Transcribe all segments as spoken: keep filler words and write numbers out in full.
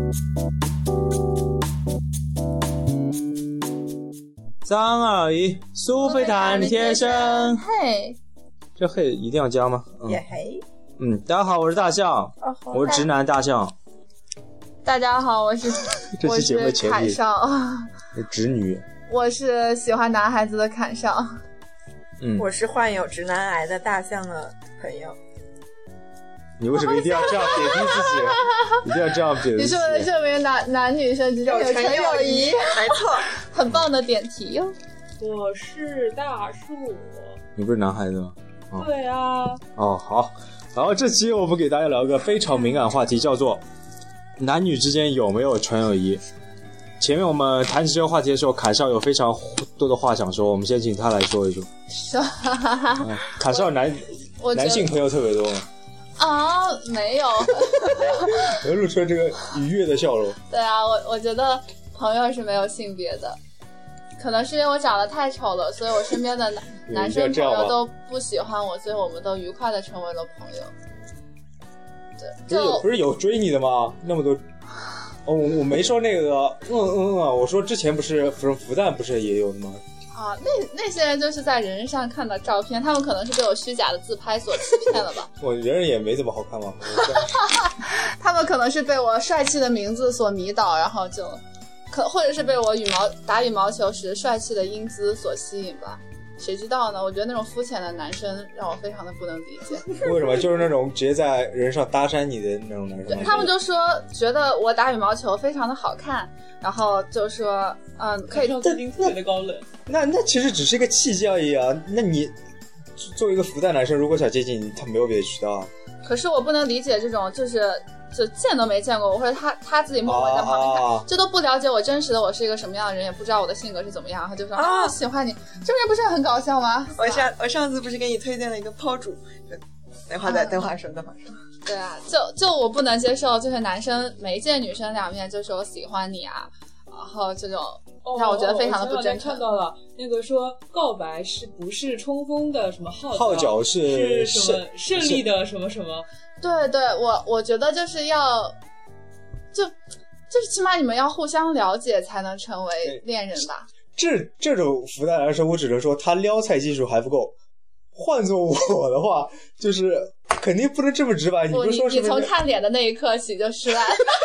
张二一，苏菲弹的贴身。 嘿， 这嘿一定要加吗？ 嗯、也嘿。 嗯，大家好，我是大象，哦、我是直男大象。 大家好，我是这期节目的前提我是侃少， 直女。 我是喜欢男孩子的侃少。 嗯， 我是患有直男癌的大象的朋友。 你为什么一定要这样贬低自己？一定要这样贬低自己？ 你是为了证明男男女生之间有纯友谊？ 没错， 很棒的点题哟。 我是大树。 你不是男孩子吗？ 哦、对啊。 哦，好。然后这期我们给大家聊一个非常敏感话题，叫做男女之间有没有纯友谊。前面我们谈起这个话题的时候，侃少有非常多的话想说，我们先请他来说一说。 说、 嗯，侃少男男性朋友特别多吗？ 啊，没有。 我露出这个愉悦的笑容。 对啊，我我觉得朋友是没有性别的，可能是因为我长得太丑了，所以我身边的男男生朋友都不喜欢我，所以我们都愉快的成为了朋友。对， 就不是有不是有追你的吗？那么多。哦，我我没说那个，嗯嗯啊，我说之前不是福福旦不是也有的吗？ 啊，那那些人就是在人人上看到照片，他们可能是被我虚假的自拍所欺骗了吧？ 我人人也没怎么好看嘛。 他们可能是被我帅气的名字所迷倒，然后就，可或者是被我羽毛打羽毛球时帅气的英姿所吸引吧？谁知道呢？我觉得那种肤浅的男生让我非常的不能理解。 为什么？就是那种直接在人上搭讪你的那种男生。 他们就说觉得我打羽毛球非常的好看，然后就说嗯，可以特别特别的高冷。 那那其实只是一个契机而已啊。那你作为一个复旦男生，如果想接近你，他没有别的渠道啊。 可是我不能理解这种就是就见都没见过我，或者他他自己默默在旁边看，啊、这都不了解我真实的我是一个什么样的人，也不知道我的性格是怎么样，他就说啊，我喜欢你，这人不是很搞笑吗？ 我上我上次不是给你推荐了一个抛主，等会儿再等会儿说，等会儿说。 对啊，就就我不能接受，就是男生没见女生两面就说喜欢你啊，然后这种让我觉得非常的不真诚。 哦、看到了那个说告白是不是冲锋的什么号号角是是什么胜利的什么什么。 对对，我我觉得就是要，就就是起码你们要互相了解才能成为恋人吧。 这这种复旦男生，我只能说他撩菜技术还不够。换做我的话，就是肯定不能这么直白。你不说是不是？ 你从看脸的那一刻起就失败。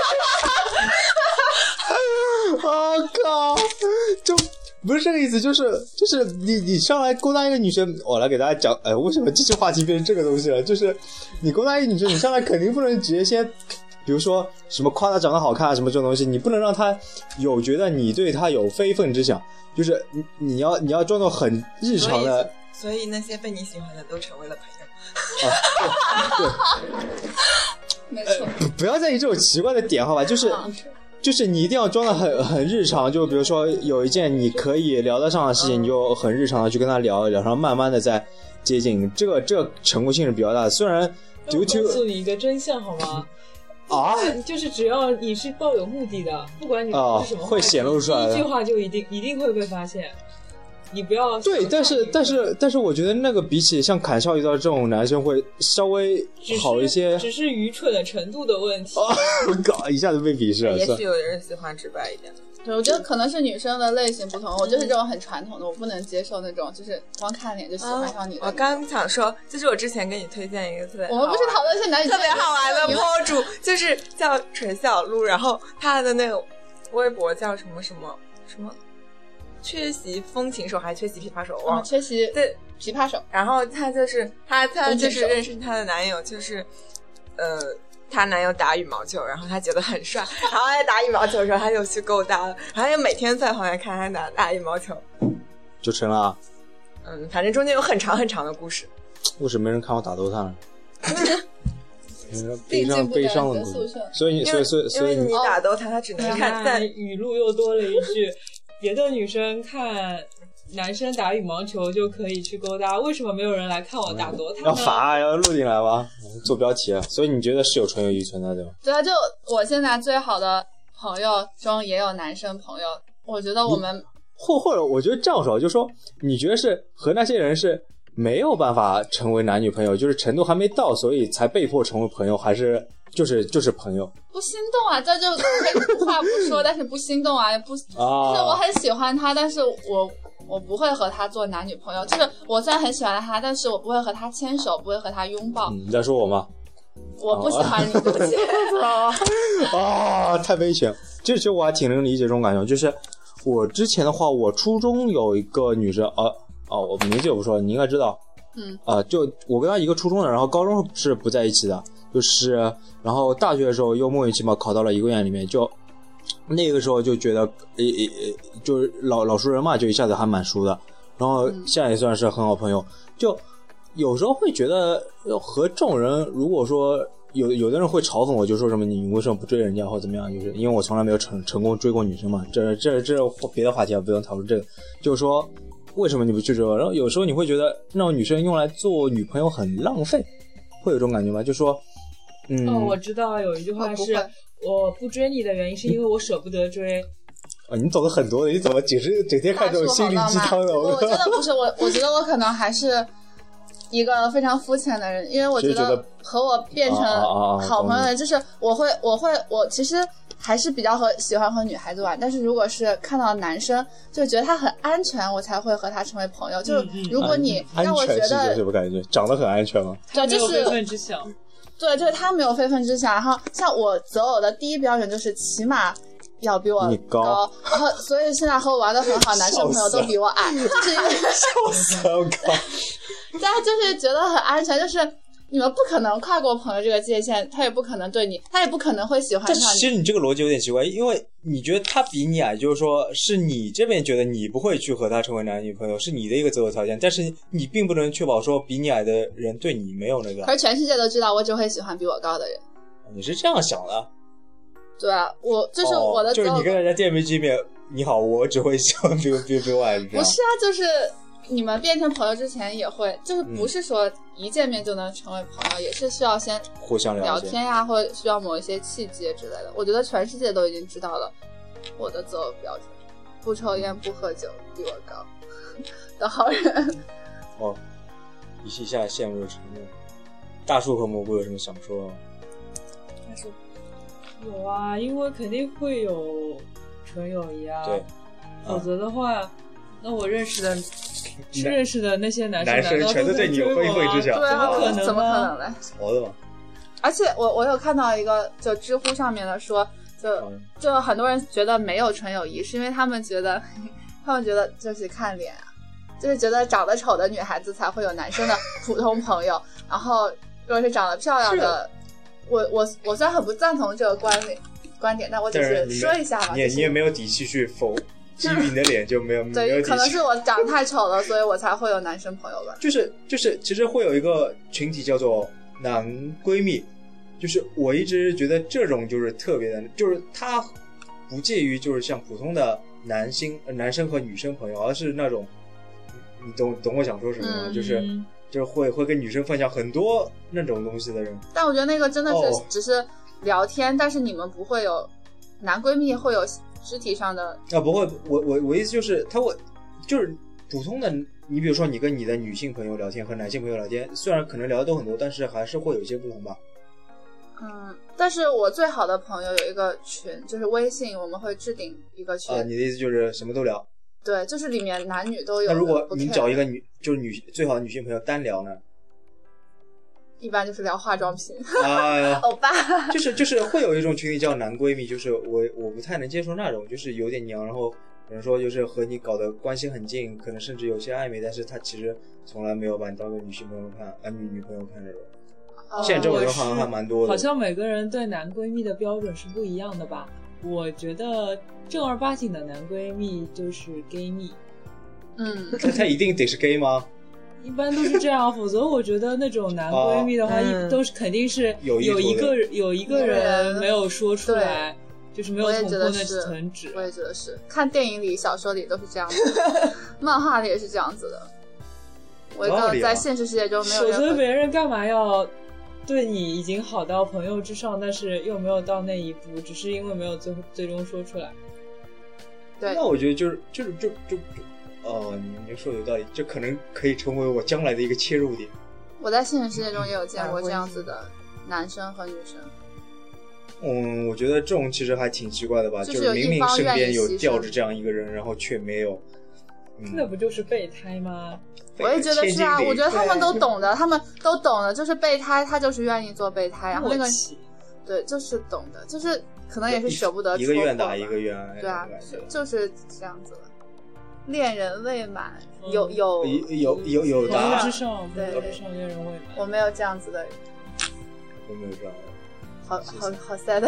我靠，就不是这个意思，就是就是你你上来勾搭一个女生，我来给大家讲，哎，为什么这期话题变成这个东西了？就是你勾搭一个女生，你上来肯定不能直接先，比如说什么夸她长得好看啊，什么这种东西，你不能让她有觉得你对她有非分之想，就是你你要你要装作很日常的。 所以, 所以那些被你喜欢的都成为了朋友。 啊、对, 对没错、 呃。不要在意这种奇怪的点，好吧？就是。啊就是你一定要装得很很日常，就比如说有一件你可以聊得上的事情，你就很日常的去跟他聊一聊，然后慢慢的再接近，这个这个成功性是比较大的。虽然我告诉你一个真相好吗？ 啊， 就是只要你是抱有目的的，不管你是什么话、 哦，会显露出来的， 一句话就一定一定会被发现。你不要对，但是但是但是我觉得那个比起像侃少遇到这种男生会稍微好一些， 只 是, 只是愚蠢的程度的问题。 我靠，一下子被鄙视了。 也许有人喜欢直白一点的。 对，我觉得可能是女生的类型不同，我就是这种很传统的，我不能接受那种就是光看脸就喜欢上你的、 啊。我刚想说，就是我之前给你推荐一个特别， 我们不是讨论一些男女特别好玩的博主，就是叫陈小璐，然后他的那个微博叫什么什么什么。缺席风琴手还是缺席琵琶手？ 哦，缺席对琵琶手。 然后她就是她，她就是认识她的男友，就是呃，她男友打羽毛球，然后她觉得很帅，然后在打羽毛球的时候，她就去勾搭了，然后就每天在旁边看他打打羽毛球， 就成了。 嗯，反正中间有很长很长的故事。 为什么没人看我打 D O T A 呢？悲伤悲伤的故事。所以所以所以所以你打 D O T A， 他只能看。 但语录又多了一句。别的女生看男生打羽毛球就可以去勾搭，为什么没有人来看我打 D O T A 呢？ 要罚，要录进来吧，做标题啊。所以你觉得是有纯友谊存在的吗？ 对啊，就我现在最好的朋友中也有男生朋友，我觉得我们或或者我觉得这样说，就是说你觉得是和那些人是没有办法成为男女朋友，就是程度还没到，所以才被迫成为朋友，还是就是就是朋友？ 不心动啊，这就可以话不说，但是不心动啊，不， 啊， 就是我很喜欢他，但是我我不会和他做男女朋友。就是我虽然很喜欢他，但是我不会和他牵手，不会和他拥抱。 嗯，你在说我吗？ 我不喜欢你，对不起。 啊，太危险！这其实我还挺能理解这种感觉，就是我之前的话，我初中有一个女生，啊啊，我名字也不说，你应该知道。 嗯。 啊，就我跟她一个初中的，然后高中是不在一起的。就是，然后大学的时候又莫名其妙考到了一个院里面，就那个时候就觉得，诶诶诶，就是老老熟人嘛，就一下子还蛮熟的。然后现在也算是很好朋友。就有时候会觉得和这种人，如果说有有的人会嘲讽我，就说什么你为什么不追人家或怎么样，就是因为我从来没有成成功追过女生嘛。这这这别的话题啊，不用讨论这个。就是说为什么你不去追我？然后有时候你会觉得那种女生用来做女朋友很浪费，会有这种感觉吗？就说。嗯、 哦，我知道有一句话是我不追你的原因是因为我舍不得追。 啊，你懂得很多的，你怎么整是整天看这种心灵鸡汤的？ 我觉得不是我，我觉得我可能还是一个非常肤浅的人，因为我觉得和我变成好朋友的，就是我会我会我其实还是比较和喜欢和女孩子玩，但是如果是看到男生就觉得他很安全，我才会和他成为朋友。就是如果你让我觉得、嗯嗯、 安全是什么感觉？长得很安全吗？ 对，就是非分之想。 对，就是他没有非分之想。然后像我择偶的第一标准就是起码要比我高， 高然后所以现在和我玩的很好男生朋友都比我矮，就是因为笑死了，我靠！ 大家就是觉得很安全，就是你们不可能跨过朋友这个界限，他也不可能对你，他也不可能会喜欢上你。 但其实你这个逻辑有点奇怪，因为你觉得他比你矮，就是说是你这边觉得你不会去和他成为男女朋友，是你的一个择偶条件，但是你并不能确保说比你矮的人对你没有那个。 可是全世界都知道我只会喜欢比我高的人。 你是这样想的？ 对啊，我就是我的、哦， 就是你跟人家见面见面，你好，我只会喜欢比我比比我矮的人。 不是啊，就是你们变成朋友之前也会，就是不是说一见面就能成为朋友，嗯、也是需要先互相聊天呀、啊，或者需要某一些契机之类的。我觉得全世界都已经知道了我的择偶标准：不抽烟、不喝酒、比我高的好人。 哦，一气下陷入了沉默。大树和蘑菇有什么想说吗？ 大树有啊，因为肯定会有纯友谊啊， 对， 否则的话。嗯那我认识的，是认识的那些男生， 男生全都对你有非分之想， 对啊， 怎么可能？ 怎么可能嘞？ 好的嘛。 而且我我有看到一个，就知乎上面的说，就就很多人觉得没有纯友谊，是因为他们觉得，他们觉得就是看脸啊，就是觉得长得丑的女孩子才会有男生的普通朋友，然后如果是长得漂亮的，我我我虽然很不赞同这个观点观点，但我只是说一下嘛。 你也、就是、你也没有底气去否。基于你的脸就没有对， 没有可能是我长得太丑了，所以我才会有男生朋友吧。 就是就是，其实会有一个群体叫做男闺蜜，就是我一直觉得这种就是特别的，就是他不介于就是像普通的男性男生和女生朋友，而是那种你懂懂我想说什么吗？嗯、就是就是会会跟女生分享很多那种东西的人。 但我觉得那个真的是只是聊天，哦、但是你们不会有男闺蜜会有。肢体上的啊，不会，我我我意思就是他会就是普通的，你比如说你跟你的女性朋友聊天和男性朋友聊天，虽然可能聊的都很多，但是还是会有一些不同吧。 嗯，但是我最好的朋友有一个群，就是微信，我们会置顶一个群。 啊，你的意思就是什么都聊？ 对，就是里面男女都有。 那如果你找一个女，就是女最好的女性朋友单聊呢？ 一般就是聊化妆品， 啊， 欧巴， 就是就是会有一种群体叫男闺蜜，就是我我不太能接受那种，就是有点娘，然后可能说就是和你搞得关系很近，可能甚至有些暧昧，但是他其实从来没有把你当个女性朋友看，啊女女朋友看这种。 哦、 现在这种人好像还蛮多的。 好像每个人对男闺蜜的标准是不一样的吧？我觉得正儿八经的男闺蜜就是 gay 蜜。 嗯， 他他一定得是 gay 吗？ 一般都是这样，否则我觉得那种男闺蜜的话， 哦、 都是肯定是有一个有一个人没有说出来，就是没有捅破那层纸。 我也觉得是，看电影里、小说里都是这样子，漫画里也是这样子的。我一个在现实世界中没有任何。 否则别人干嘛要对你已经好到朋友之上，但是又没有到那一步，只是因为没有最最终说出来。 对， 那我觉得就是就是就就就哦，你说的有道理，这可能可以成为我将来的一个切入点。 我在现实世界中也有见过这样子的男生和女生。 嗯，我觉得这种其实还挺奇怪的吧， 就就是是明明身边有有一方愿意牺牲吊着这样一个人，然后却没有。嗯、 那不就是备胎吗？ 我也觉得是啊，我觉得他们都懂的，他们都懂的，就是备胎，他就是愿意做备胎，然后那个对，就是懂的，就是可能也是舍不得一个愿打一个愿挨， 对啊，就是这样子的。恋人未满， 嗯、 有有有有有的。 的之上， 对之上恋人未满。 我没有这样子的人。 我没有这样的。 好好好 sad。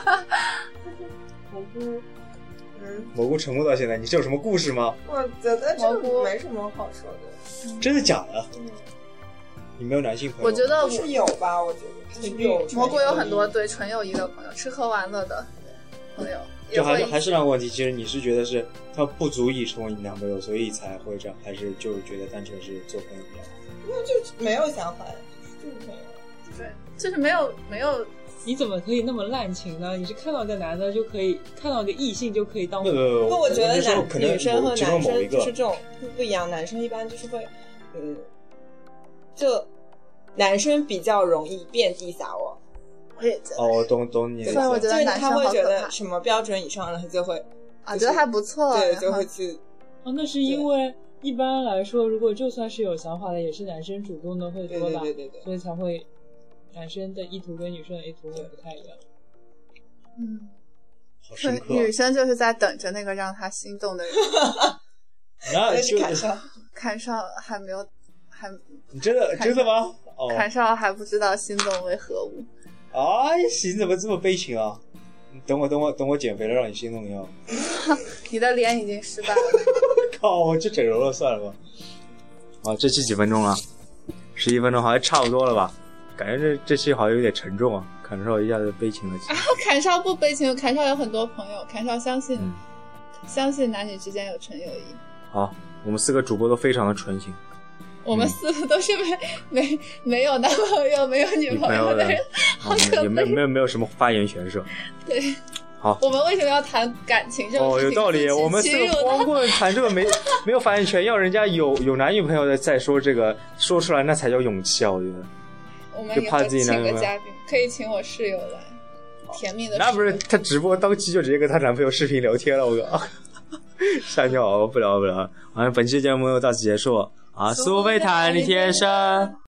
蘑菇，嗯， 蘑菇沉默到现在，你是有什么故事吗？ 我觉得这个没什么好说的。 真的假的？ 嗯。 你没有男性朋友？ 我觉得是有吧，我觉得有。 蘑菇有很多对纯友谊的朋友，吃喝玩乐的朋友。 就还是还是那个问题，其实你是觉得是他不足以成为你男朋友，所以才会这样，还是就是觉得单纯是做朋友这样？ 那就没有想法，就是没有， 对，就是没有没有。 你怎么可以那么滥情呢？你是看到个男的就可以看到个异性就可以当？ 不不不，我觉得男女生和男生就是这种不一样，男生一般就是会，嗯，就男生比较容易遍地撒网。 我也觉得哦，懂懂你的意思。 所以我觉得男生好可怕。 他会觉得什么标准以上的，他就会啊，觉得还不错， 对，就会去。 哦，那是因为一般来说，如果就算是有想法的，也是男生主动的会多吧， 对对对对， 所以才会男生的意图跟女生的意图会不太一样。 嗯， 好深刻。 女生就是在等着那个让她心动的人。 那就砍少， 砍少还没有，还你真的真的吗？哦， 砍少还不知道心动为何物。 哎，你怎么这么悲情啊？等我等我等我减肥了，让你心动一下。 你的脸已经失败了。 靠，我去整容了，算了吧。啊，这期几分钟了？十一分钟，好像差不多了吧？感觉这这期好像有点沉重啊，砍少一下子悲情了起来。 啊，砍少不悲情，砍少有很多朋友，砍少相信、嗯、相信男女之间有纯友谊。 好，我们四个主播都非常的纯情。 我们四个都是没、嗯、没没有男朋友、没有女朋友的人，好可悲。 没有没有没有什么发言权是吧？ 对。 好， 我们为什么要谈感情这个事情？哦，有道理。我们四个光棍谈这个没没有发言权，要人家有有男女朋友的再说这个，说出来那才叫勇气啊！我觉得。 我们以后请个嘉宾，可以请我室友来，甜蜜的。 那不是他直播当期就直接跟他男朋友视频聊天了，我靠！吓尿，不聊不聊。好，本期节目就到此结束。啊，苏菲弹力贴身。